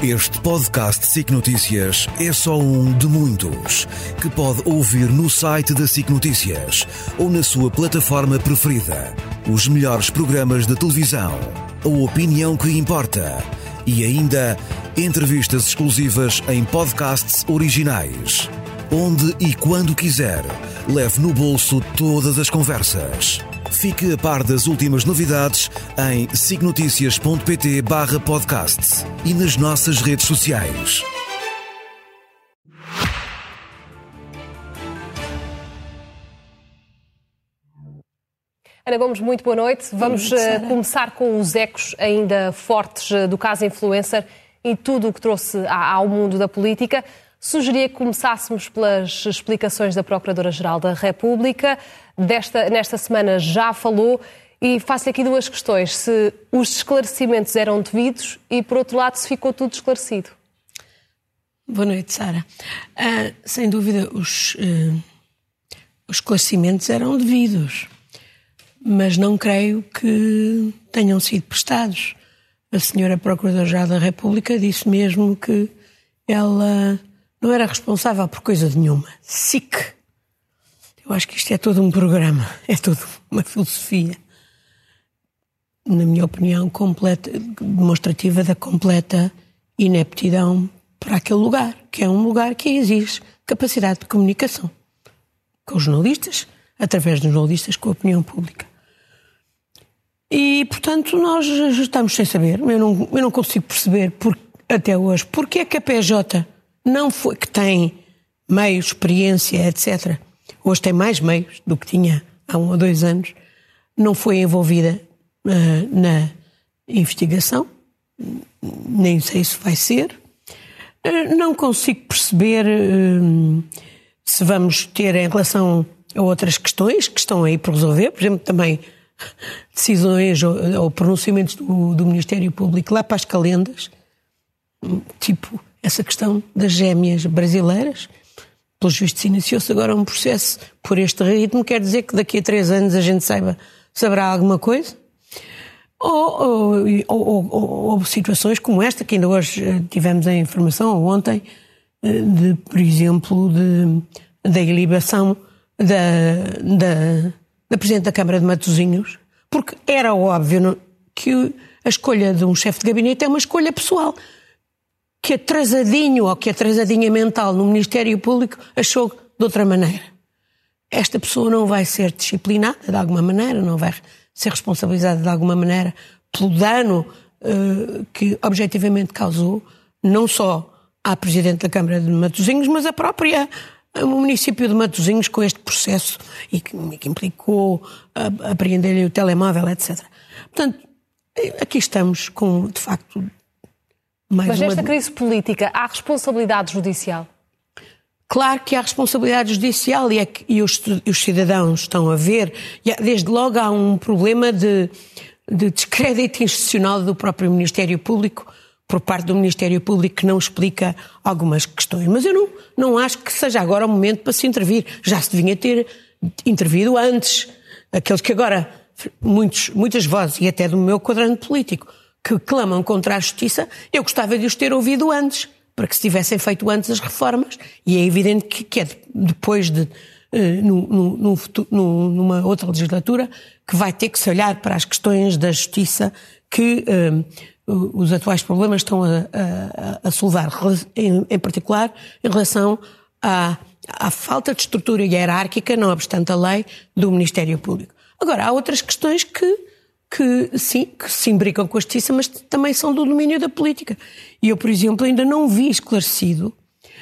Este podcast SIC Notícias é só um de muitos que pode ouvir no site da SIC Notícias ou na sua plataforma preferida. Os melhores programas de televisão, a opinião que importa e ainda entrevistas exclusivas em podcasts originais. Onde e quando quiser, leve no bolso todas as conversas. Fique a par das últimas novidades em sicnoticias.pt/podcast e nas nossas redes sociais. Ana Gomes, muito boa noite. Vamos começar com os ecos ainda fortes do caso Influencer e tudo o que trouxe ao mundo da política. Sugeria que começássemos pelas explicações da Procuradora-Geral da República. Nesta semana já falou e faço aqui duas questões. Se os esclarecimentos eram devidos e, por outro lado, se ficou tudo esclarecido. Boa noite, Sara. Sem dúvida, os esclarecimentos eram devidos, mas não creio que tenham sido prestados. A senhora Procuradora-Geral da República disse mesmo que ela não era responsável por coisa nenhuma. SIC. Eu acho que isto é todo um programa, é toda uma filosofia, na minha opinião, completa, demonstrativa da completa ineptidão para aquele lugar, que é um lugar que exige capacidade de comunicação com os jornalistas, através dos jornalistas, com a opinião pública. E, portanto, nós estamos sem saber. Eu não consigo perceber até hoje porque é que a PJ não foi, que tem meios, experiência, etc., hoje tem mais meios do que tinha há 1 ou 2 anos, não foi envolvida na investigação, nem sei se vai ser. Não consigo perceber se vamos ter em relação a outras questões que estão aí por resolver, por exemplo, também decisões ou pronunciamentos do Ministério Público lá para as calendas, tipo essa questão das gêmeas brasileiras. Pelos vistos, iniciou-se agora um processo por este ritmo. Quer dizer que daqui a 3 anos a gente saberá alguma coisa? Ou situações como esta, que ainda hoje tivemos a informação, ou ontem, por exemplo, da ilibação da Presidente da Câmara de Matosinhos, porque era óbvio que a escolha de um chefe de gabinete é uma escolha pessoal, que atrasadinho ou que atrasadinha mental no Ministério Público achou de outra maneira. Esta pessoa não vai ser disciplinada de alguma maneira, não vai ser responsabilizada de alguma maneira pelo dano que objetivamente causou, não só à Presidente da Câmara de Matosinhos, mas o município de Matosinhos com este processo e que implicou apreender-lhe o telemóvel, etc. Portanto, aqui estamos com, de facto... Mas nesta crise política, há responsabilidade judicial? Claro que há responsabilidade judicial e os cidadãos estão a ver. Desde logo há um problema de descrédito institucional do próprio Ministério Público, por parte do Ministério Público, que não explica algumas questões. Mas eu não acho que seja agora o momento para se intervir. Já se devia ter intervido antes. Aqueles que agora, muitas vozes, e até do meu quadrante político, que clamam contra a justiça, eu gostava de os ter ouvido antes, para que se tivessem feito antes as reformas, e é evidente que é depois numa outra legislatura, que vai ter que se olhar para as questões da justiça que os atuais problemas estão a solvar, em particular em relação à falta de estrutura hierárquica, não obstante a lei, do Ministério Público. Agora, há outras questões que se imbricam com a justiça, mas também são do domínio da política. E eu, por exemplo, ainda não vi esclarecido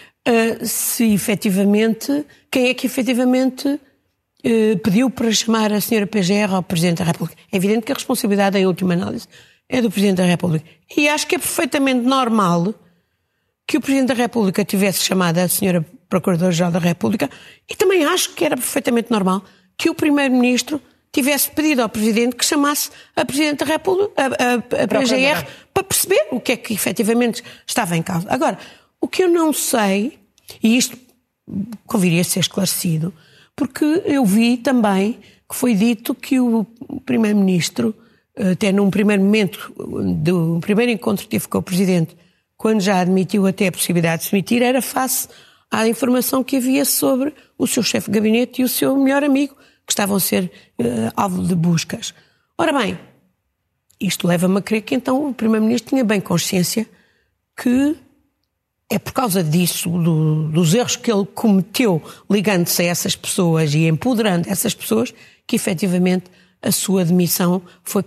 quem é que efetivamente pediu para chamar a senhora PGR ao Presidente da República. É evidente que a responsabilidade, em última análise, é do Presidente da República. E acho que é perfeitamente normal que o Presidente da República tivesse chamado a senhora Procuradora-Geral da República, e também acho que era perfeitamente normal que o Primeiro-Ministro tivesse pedido ao Presidente que chamasse a Presidente da República, a PGR, para perceber o que é que efetivamente estava em causa. Agora, o que eu não sei, e isto conviria ser esclarecido, porque eu vi também que foi dito que o Primeiro-Ministro, até num primeiro momento, do primeiro encontro que teve com o Presidente quando já admitiu até a possibilidade de se demitir, era face à informação que havia sobre o seu chefe de gabinete e o seu melhor amigo, que estavam a ser alvo de buscas. Ora bem, isto leva-me a crer que então o Primeiro-Ministro tinha bem consciência que é por causa disso, dos erros que ele cometeu ligando-se a essas pessoas e empoderando essas pessoas, que efetivamente a sua demissão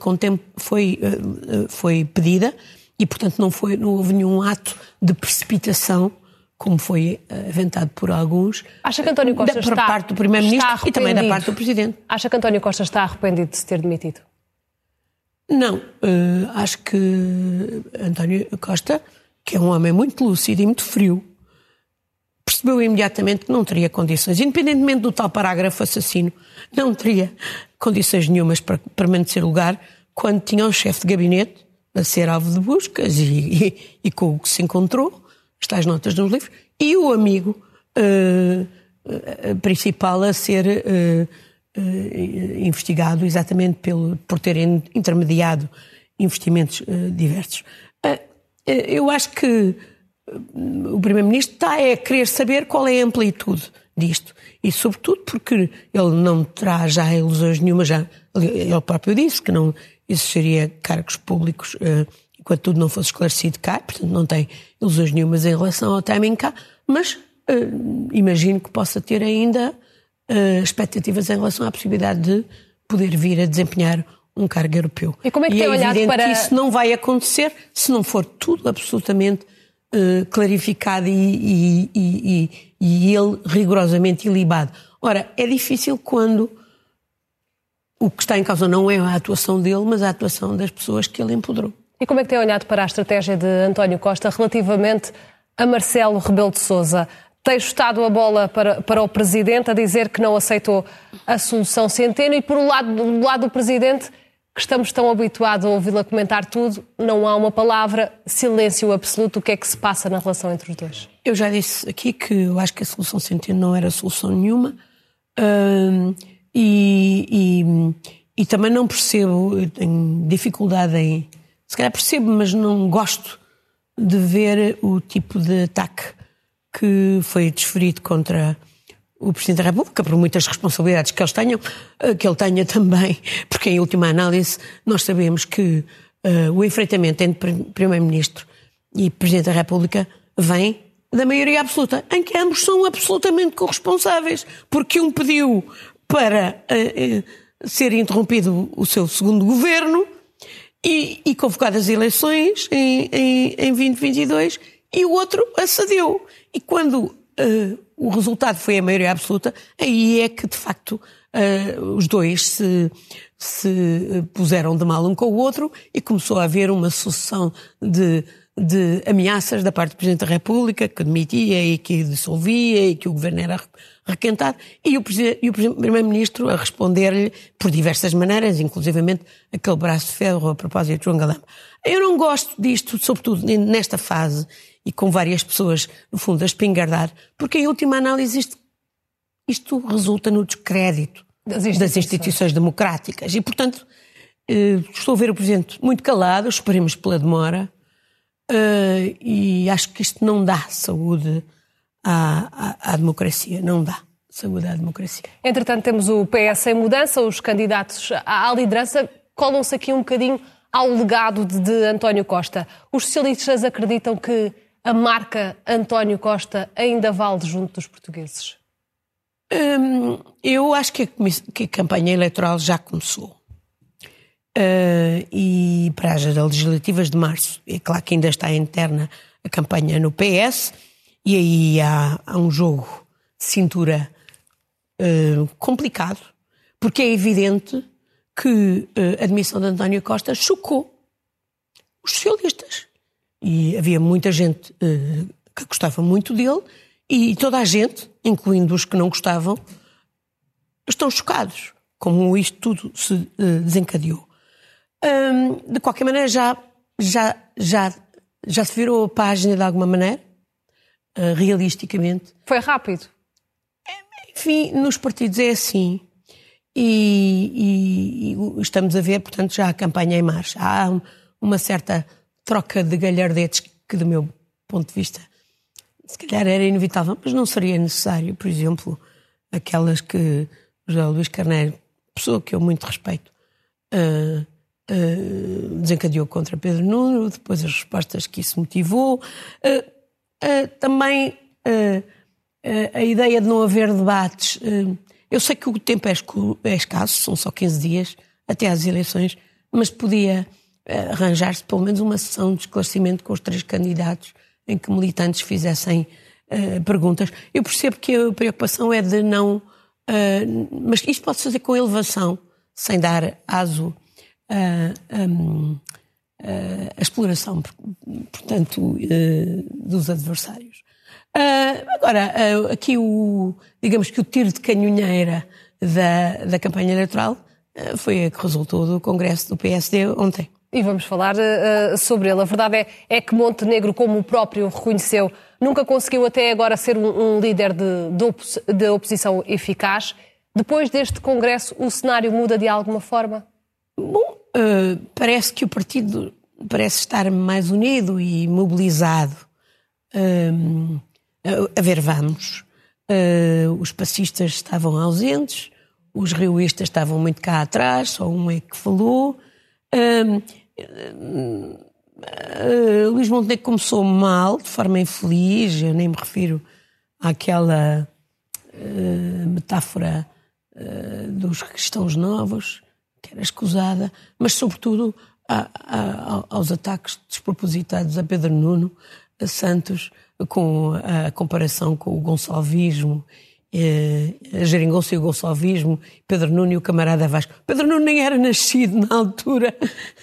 foi pedida e, portanto, não houve nenhum ato de precipitação, como foi aventado por alguns, acha que António Costa por parte do Primeiro-Ministro e também da parte do Presidente. Acha que António Costa está arrependido de se ter demitido? Não. Acho que António Costa, que é um homem muito lúcido e muito frio, percebeu imediatamente que não teria condições, independentemente do tal parágrafo assassino, não teria condições nenhumas para permanecer no lugar quando tinha o chefe de gabinete a ser alvo de buscas e com o que se encontrou, estas notas nos livros, e o amigo principal a ser investigado exatamente por ter intermediado investimentos diversos. Eu acho que o Primeiro-Ministro está a querer saber qual é a amplitude disto. E, sobretudo, porque ele não terá já ilusões nenhuma, ele próprio disse que não existiria cargos públicos enquanto tudo não fosse esclarecido cá, portanto não tem ilusões nenhumas em relação ao timing cá, mas imagino que possa ter ainda expectativas em relação à possibilidade de poder vir a desempenhar um cargo europeu. E como é que tem olhado para... que isso não vai acontecer se não for tudo absolutamente clarificado e ele rigorosamente ilibado. Ora, é difícil quando o que está em causa não é a atuação dele, mas a atuação das pessoas que ele empoderou. E como é que tem olhado para a estratégia de António Costa relativamente a Marcelo Rebelo de Sousa? Tem chutado a bola para o Presidente a dizer que não aceitou a solução Centeno e, por do lado do Presidente, que estamos tão habituados a ouvi-la comentar tudo, não há uma palavra, silêncio absoluto. O que é que se passa na relação entre os dois? Eu já disse aqui que eu acho que a solução Centeno não era solução nenhuma e também não percebo, eu tenho dificuldade em... Se calhar percebo, mas não gosto de ver o tipo de ataque que foi desferido contra o Presidente da República, por muitas responsabilidades que ele tenha também, porque em última análise nós sabemos que o enfrentamento entre Primeiro-Ministro e Presidente da República vem da maioria absoluta, em que ambos são absolutamente corresponsáveis, porque um pediu para ser interrompido o seu segundo governo e convocadas eleições em 2022 e o outro acedeu. E quando o resultado foi a maioria absoluta, aí é que, de facto, os dois se puseram de mal um com o outro e começou a haver uma sucessão de ameaças da parte do Presidente da República, que demitia e que dissolvia e que o governo era requentado, e o Primeiro-Ministro a responder-lhe por diversas maneiras, inclusivamente aquele braço de ferro a propósito de João Galamba. Eu não gosto disto, sobretudo nesta fase, e com várias pessoas, no fundo, a espingardar, porque em última análise isto resulta no descrédito das instituições democráticas. E, portanto, estou a ver o Presidente muito calado, esperemos pela demora, e acho que isto não dá saúde à democracia, não dá saúde à democracia. Entretanto, temos o PS em mudança, os candidatos à liderança colam-se aqui um bocadinho ao legado de António Costa. Os socialistas acreditam que a marca António Costa ainda vale junto dos portugueses? Eu acho que a campanha eleitoral já começou. E para as legislativas de março, é claro que ainda está interna a campanha no PS, e aí há um jogo de cintura complicado, porque é evidente que a admissão de António Costa chocou os socialistas. E havia muita gente que gostava muito dele e toda a gente, incluindo os que não gostavam, estão chocados como isto tudo se desencadeou. De qualquer maneira, já se virou a página de alguma maneira, realisticamente. Foi rápido? Enfim, nos partidos é assim. E estamos a ver, portanto, já a campanha em marcha. Há uma certa troca de galhardetes que, do meu ponto de vista, se calhar era inevitável, mas não seria necessário, por exemplo, aquelas que José Luís Carneiro, pessoa que eu muito respeito, desencadeou contra Pedro Nuno, depois as respostas que isso motivou, também a ideia de não haver debates. Eu sei que o tempo é escasso, são só 15 dias até às eleições, mas podia arranjar-se pelo menos uma sessão de esclarecimento com os 3 candidatos em que militantes fizessem perguntas. Eu percebo que a preocupação é de não... mas isto pode-se fazer com elevação, sem dar aso a exploração, portanto, dos adversários. Agora, aqui digamos que o tiro de canhoneira da campanha eleitoral foi a que resultou do Congresso do PSD ontem. E vamos falar sobre ele. A verdade é que Montenegro, como o próprio reconheceu, nunca conseguiu até agora ser um líder de oposição eficaz. Depois deste Congresso, o cenário muda de alguma forma? Bom, parece que o partido parece estar mais unido e mobilizado. A ver, vamos. Os passistas estavam ausentes, os rioístas estavam muito cá atrás, só um é que falou. Luís Montenegro começou mal, de forma infeliz, eu nem me refiro àquela metáfora dos cristãos novos, que era escusada, mas sobretudo aos ataques despropositados a Pedro Nuno, a Santos, com a comparação com o gonçalvismo, a geringonça e o gonçalvismo, Pedro Nuno e o camarada Vasco. Pedro Nuno nem era nascido na altura.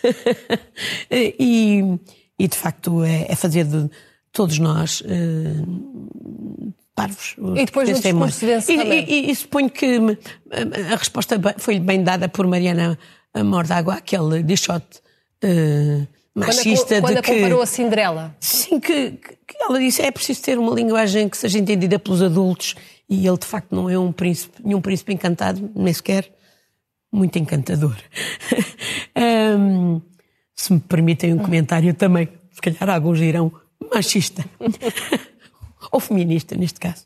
e de facto é fazer de todos nós parvos. E depois do discurso desse também. E suponho que a resposta foi-lhe bem dada por Mariana Mordágua, aquele dichote machista. Quando a comparou a Cinderela. Sim, que ela disse é preciso ter uma linguagem que seja entendida pelos adultos, e ele de facto não é nenhum príncipe encantado, nem sequer muito encantador. Se me permitem um comentário também, se calhar alguns dirão machista. Ou feminista, neste caso.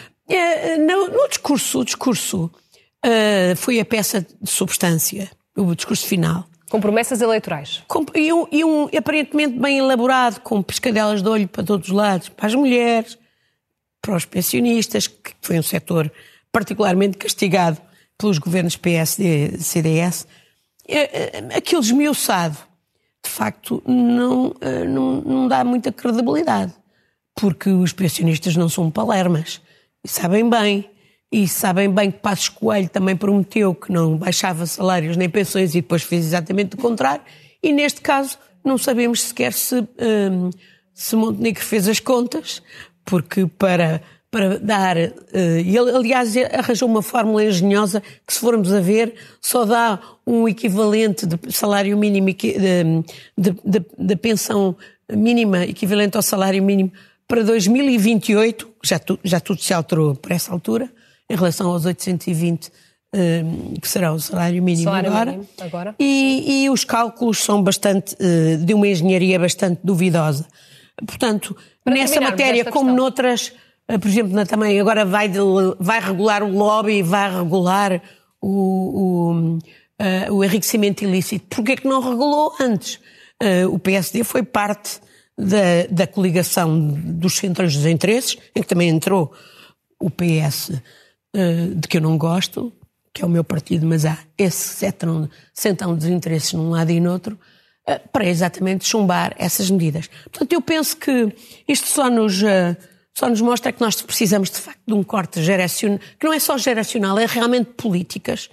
O discurso foi a peça de substância, o discurso final. Com promessas eleitorais. E um aparentemente bem elaborado, com piscadelas de olho para todos os lados, para as mulheres, para os pensionistas, que foi um setor particularmente castigado pelos governos PSD, CDS. Aquilo esmiuçado, de facto, não dá muita credibilidade, porque os pensionistas não são palermas, e sabem bem que Passos Coelho também prometeu que não baixava salários nem pensões e depois fez exatamente o contrário, e neste caso não sabemos sequer se Montenegro fez as contas, porque para dar... ele, aliás, arranjou uma fórmula engenhosa que, se formos a ver, só dá um equivalente de salário mínimo, de pensão mínima equivalente ao salário mínimo para 2028, já tudo se alterou por essa altura, em relação aos 820, que será o salário mínimo agora. E os cálculos são bastante, de uma engenharia bastante duvidosa. Portanto, nessa matéria, como noutras, por exemplo, também agora vai regular o lobby, vai regular o enriquecimento ilícito. Porquê que não regulou antes? O PSD foi parte da coligação dos centros dos interesses, em que também entrou o PS, de que eu não gosto, que é o meu partido, mas há esse centão dos interesses num lado e no outro, para exatamente chumbar essas medidas. Portanto, eu penso que isto só nos mostra que nós precisamos, de facto, de um corte geracional, que não é só geracional, é realmente políticas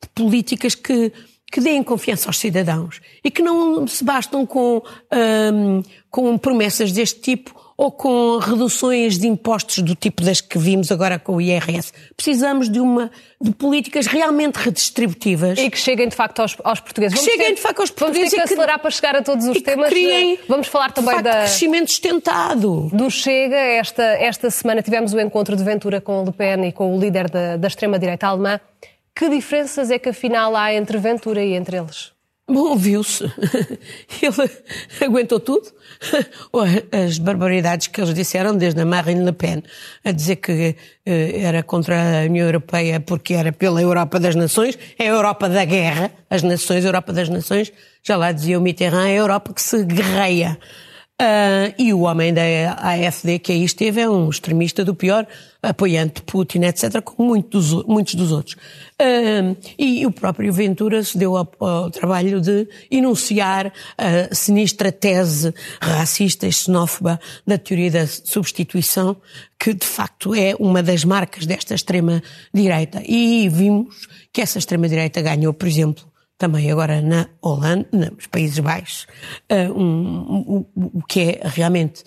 que deem confiança aos cidadãos e que não se bastam com promessas deste tipo ou com reduções de impostos do tipo das que vimos agora com o IRS. Precisamos de políticas realmente redistributivas. E que cheguem de facto aos portugueses. Vamos ter que acelerar para chegar a todos os temas. Vamos falar também de crescimento sustentado. Do Chega. Esta semana tivemos o encontro de Ventura com Le Pen e com o líder da extrema-direita alemã. Que diferenças é que afinal há entre Ventura e entre eles? Bom, viu-se. Ele aguentou tudo. As barbaridades que eles disseram, desde a Marine Le Pen, a dizer que era contra a União Europeia porque era pela Europa das Nações, é a Europa da guerra, as nações, a Europa das Nações, já lá dizia o Mitterrand, é a Europa que se guerreia. E o homem da AfD que aí esteve é um extremista do pior, apoiante de Putin, etc., como muitos dos outros. E o próprio Ventura se deu ao trabalho de enunciar a sinistra tese racista e xenófoba da teoria da substituição, que de facto é uma das marcas desta extrema-direita. E vimos que essa extrema-direita ganhou, por exemplo, também agora na Holanda, nos Países Baixos, o que é realmente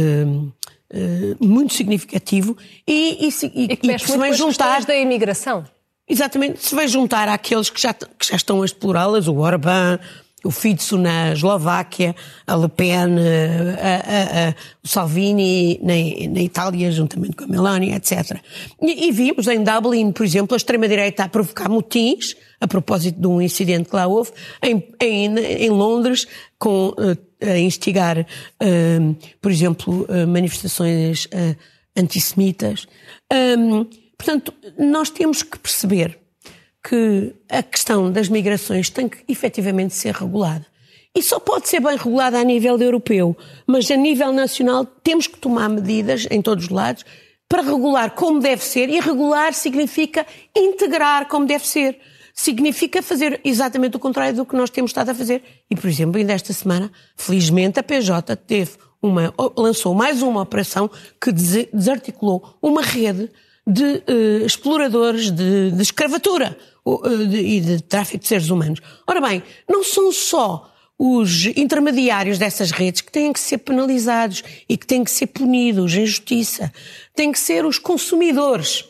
muito significativo e que mexe muito com as questões da imigração. Exatamente, se vai juntar àqueles que já estão a explorá-las, o Orbán, o Fico na Eslováquia, a Le Pen, o Salvini na Itália, juntamente com a Meloni, etc. E vimos em Dublin, por exemplo, a extrema-direita a provocar motins, a propósito de um incidente que lá houve, em Londres, a instigar, por exemplo, manifestações antissemitas. Portanto, nós temos que perceber que a questão das migrações tem que efetivamente ser regulada. E só pode ser bem regulada a nível europeu, mas a nível nacional temos que tomar medidas em todos os lados para regular como deve ser, e regular significa integrar como deve ser. Significa fazer exatamente o contrário do que nós temos estado a fazer. E, por exemplo, ainda esta semana, felizmente, a PJ lançou mais uma operação que desarticulou uma rede de exploradores de escravatura e de tráfico de seres humanos. Ora bem, não são só os intermediários dessas redes que têm que ser penalizados e que têm que ser punidos em justiça. Têm que ser os consumidores,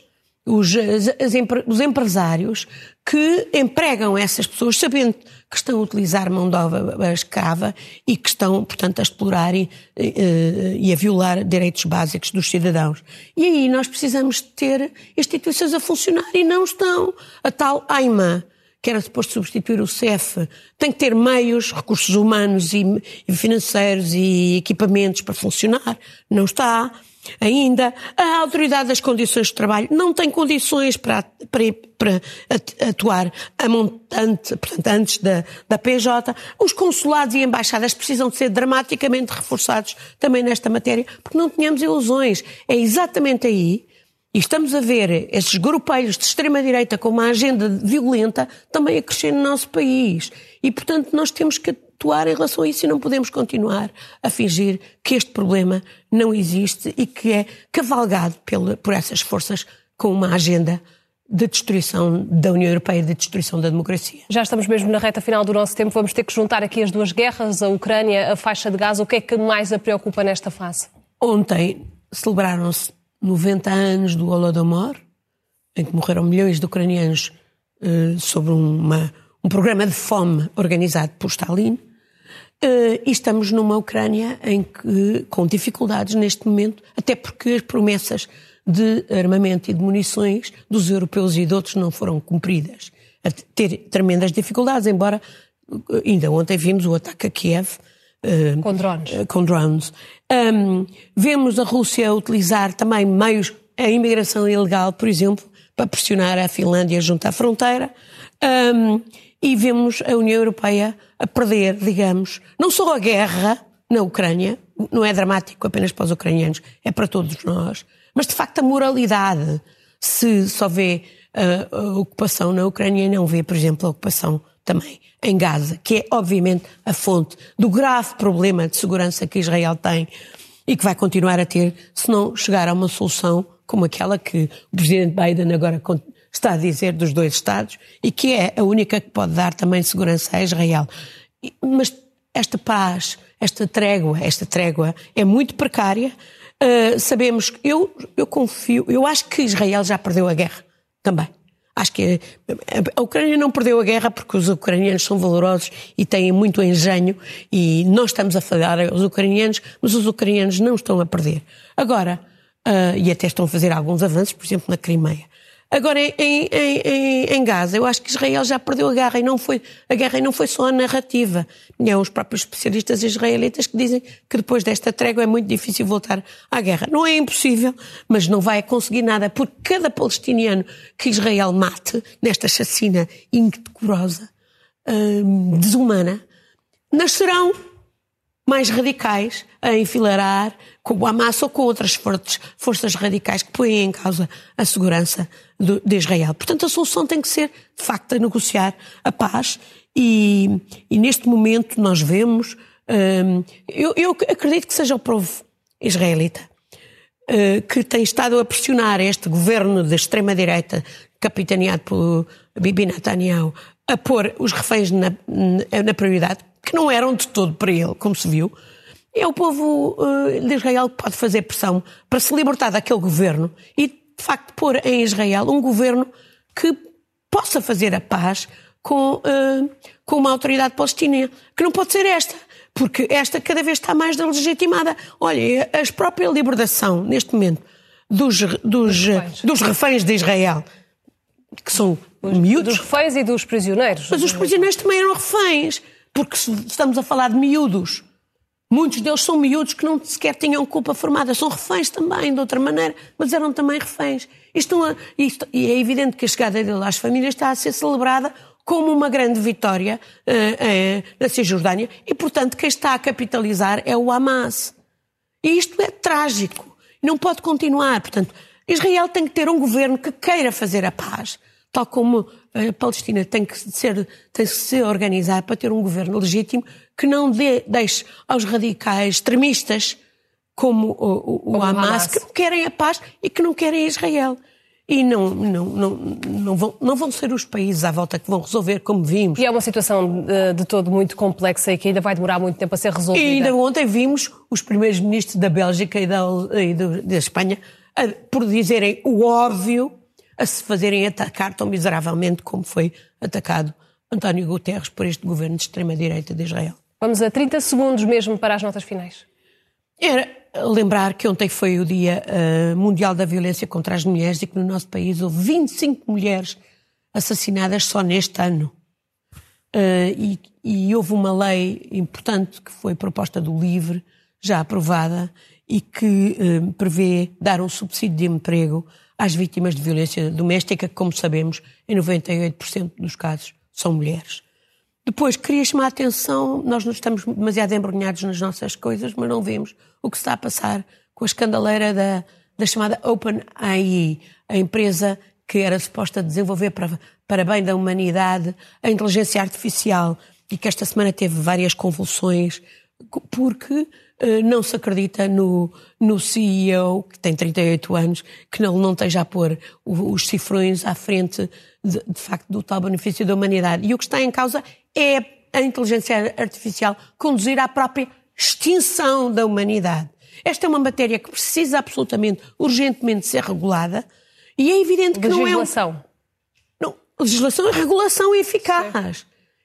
os empresários que empregam essas pessoas sabendo que estão a utilizar mão de obra escrava e que estão, portanto, a explorar e a violar direitos básicos dos cidadãos. E aí nós precisamos ter instituições a funcionar e não estão. A tal AIMA, que era suposto substituir o CEF, tem que ter meios, recursos humanos e financeiros e equipamentos para funcionar. Não está. Ainda, a Autoridade das Condições de Trabalho não tem condições para atuar a montante, portanto, antes da PJ. Os consulados e embaixadas precisam de ser dramaticamente reforçados também nesta matéria, porque não tenhamos ilusões. É exatamente aí, e estamos a ver esses grupelhos de extrema-direita com uma agenda violenta também a crescer no nosso país. E, portanto, nós temos que atuar em relação a isso e não podemos continuar a fingir que este problema não existe e que é cavalgado por essas forças com uma agenda de destruição da União Europeia, de destruição da democracia. Já estamos mesmo na reta final do nosso tempo. Vamos ter que juntar aqui as duas guerras, a Ucrânia, a faixa de Gaza. O que é que mais a preocupa nesta fase? Ontem celebraram-se 90 anos do Holodomor, em que morreram milhões de ucranianos sobre um programa de fome organizado por Stalin. E estamos numa Ucrânia com dificuldades neste momento, até porque as promessas de armamento e de munições dos europeus e de outros não foram cumpridas. A ter tremendas dificuldades, embora ainda ontem vimos o ataque a Kiev com drones. Vemos a Rússia utilizar também meios, a imigração ilegal, por exemplo, para pressionar a Finlândia junto à fronteira. E vemos a União Europeia a perder, digamos, não só a guerra na Ucrânia, não é dramático apenas para os ucranianos, é para todos nós, mas de facto a moralidade, se só vê a ocupação na Ucrânia e não vê, por exemplo, a ocupação também em Gaza, que é obviamente a fonte do grave problema de segurança que Israel tem e que vai continuar a ter se não chegar a uma solução como aquela que o Presidente Biden agora está a dizer dos dois Estados e que é a única que pode dar também segurança a Israel. Mas esta paz, esta trégua é muito precária. Sabemos, eu confio, eu acho que Israel já perdeu a guerra também. Acho que a Ucrânia não perdeu a guerra porque os ucranianos são valorosos e têm muito engenho e nós estamos a falhar aos ucranianos, mas os ucranianos não estão a perder. Agora, e até estão a fazer alguns avanços, por exemplo, na Crimeia. Agora, em Gaza, eu acho que Israel já perdeu a guerra e não foi só a narrativa. E os próprios especialistas israelitas que dizem que depois desta trégua é muito difícil voltar à guerra. Não é impossível, mas não vai conseguir nada, porque cada palestiniano que Israel mate nesta chacina indecorosa, desumana, nascerão mais radicais a enfileirar com o Hamas ou com outras forças radicais que põem em causa a segurança de Israel. Portanto, a solução tem que ser, de facto, a negociar a paz e neste momento nós vemos, eu acredito que seja o povo israelita que tem estado a pressionar este governo de extrema-direita capitaneado por Bibi Netanyahu a pôr os reféns na prioridade, que não eram de todo para ele, como se viu. É o povo de Israel que pode fazer pressão para se libertar daquele governo e, de facto, pôr em Israel um governo que possa fazer a paz com uma autoridade palestina, que não pode ser esta, porque esta cada vez está mais legitimada. Olha, a própria libertação, neste momento, dos reféns de Israel, que são miúdos. Dos reféns e dos prisioneiros. Mas os prisioneiros também eram reféns, porque se estamos a falar de miúdos, muitos deles são miúdos que não sequer tinham culpa formada, são reféns também, de outra maneira, mas eram também reféns. E é evidente que a chegada dele às famílias está a ser celebrada como uma grande vitória na Cisjordânia e, portanto, quem está a capitalizar é o Hamas. E isto é trágico. Não pode continuar. Portanto, Israel tem que ter um governo que queira fazer a paz, tal como a Palestina tem que se organizar para ter um governo legítimo que não deixe aos radicais extremistas como o Hamas, que não querem a paz e que não querem Israel. E não vão ser os países à volta que vão resolver, como vimos. E é uma situação de todo muito complexa e que ainda vai demorar muito tempo a ser resolvida. E ainda ontem vimos os primeiros ministros da Bélgica e da Espanha por dizerem o óbvio, a se fazerem atacar tão miseravelmente como foi atacado António Guterres por este governo de extrema-direita de Israel. Vamos a 30 segundos mesmo para as notas finais. Era lembrar que ontem foi o Dia Mundial da Violência contra as Mulheres e que no nosso país houve 25 mulheres assassinadas só neste ano. E houve uma lei importante que foi proposta do LIVRE, já aprovada, e que prevê dar um subsídio de emprego às vítimas de violência doméstica, que, como sabemos, em 98% dos casos são mulheres. Depois, queria chamar a atenção, nós não estamos demasiado embrulhados nas nossas coisas, mas não vemos o que se está a passar com a escandaleira da chamada OpenAI, a empresa que era suposta desenvolver para bem da humanidade a inteligência artificial e que esta semana teve várias convulsões porque não se acredita no CEO, que tem 38 anos, que não esteja a pôr os cifrões à frente, de facto, do tal benefício da humanidade. E o que está em causa é a inteligência artificial conduzir à própria extinção da humanidade. Esta é uma matéria que precisa absolutamente, urgentemente ser regulada e é evidente que não é... Legislação. Não, legislação é regulação eficaz.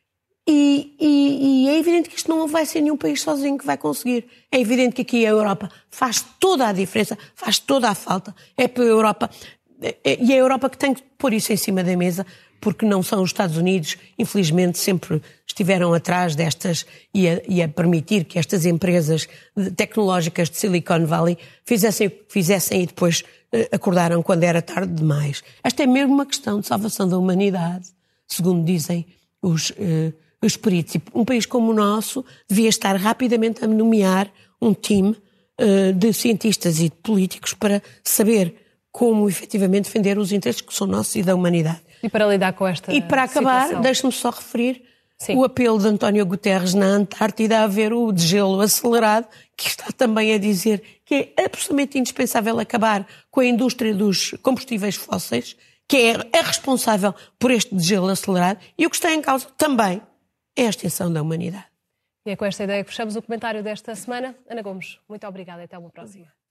E é evidente que isto não vai ser nenhum país sozinho que vai conseguir. É evidente que aqui a Europa faz toda a diferença, faz toda a falta. É para a Europa... E é a Europa que tem que pôr isso em cima da mesa, porque não são os Estados Unidos, infelizmente, sempre estiveram atrás destas e a permitir que estas empresas tecnológicas de Silicon Valley fizessem o que fizessem e depois acordaram quando era tarde demais. Esta é mesmo uma questão de salvação da humanidade, segundo dizem os peritos. Um país como o nosso devia estar rapidamente a nomear um time de cientistas e de políticos para saber como efetivamente defender os interesses que são nossos e da humanidade. E para lidar com esta E para acabar, deixe-me só referir o apelo de António Guterres na Antártida a ver o degelo acelerado, que está também a dizer que é absolutamente indispensável acabar com a indústria dos combustíveis fósseis, que é responsável por este degelo acelerado, e o que está em causa também é a extinção da humanidade. E é com esta ideia que fechamos o comentário desta semana. Ana Gomes, muito obrigada e até uma próxima.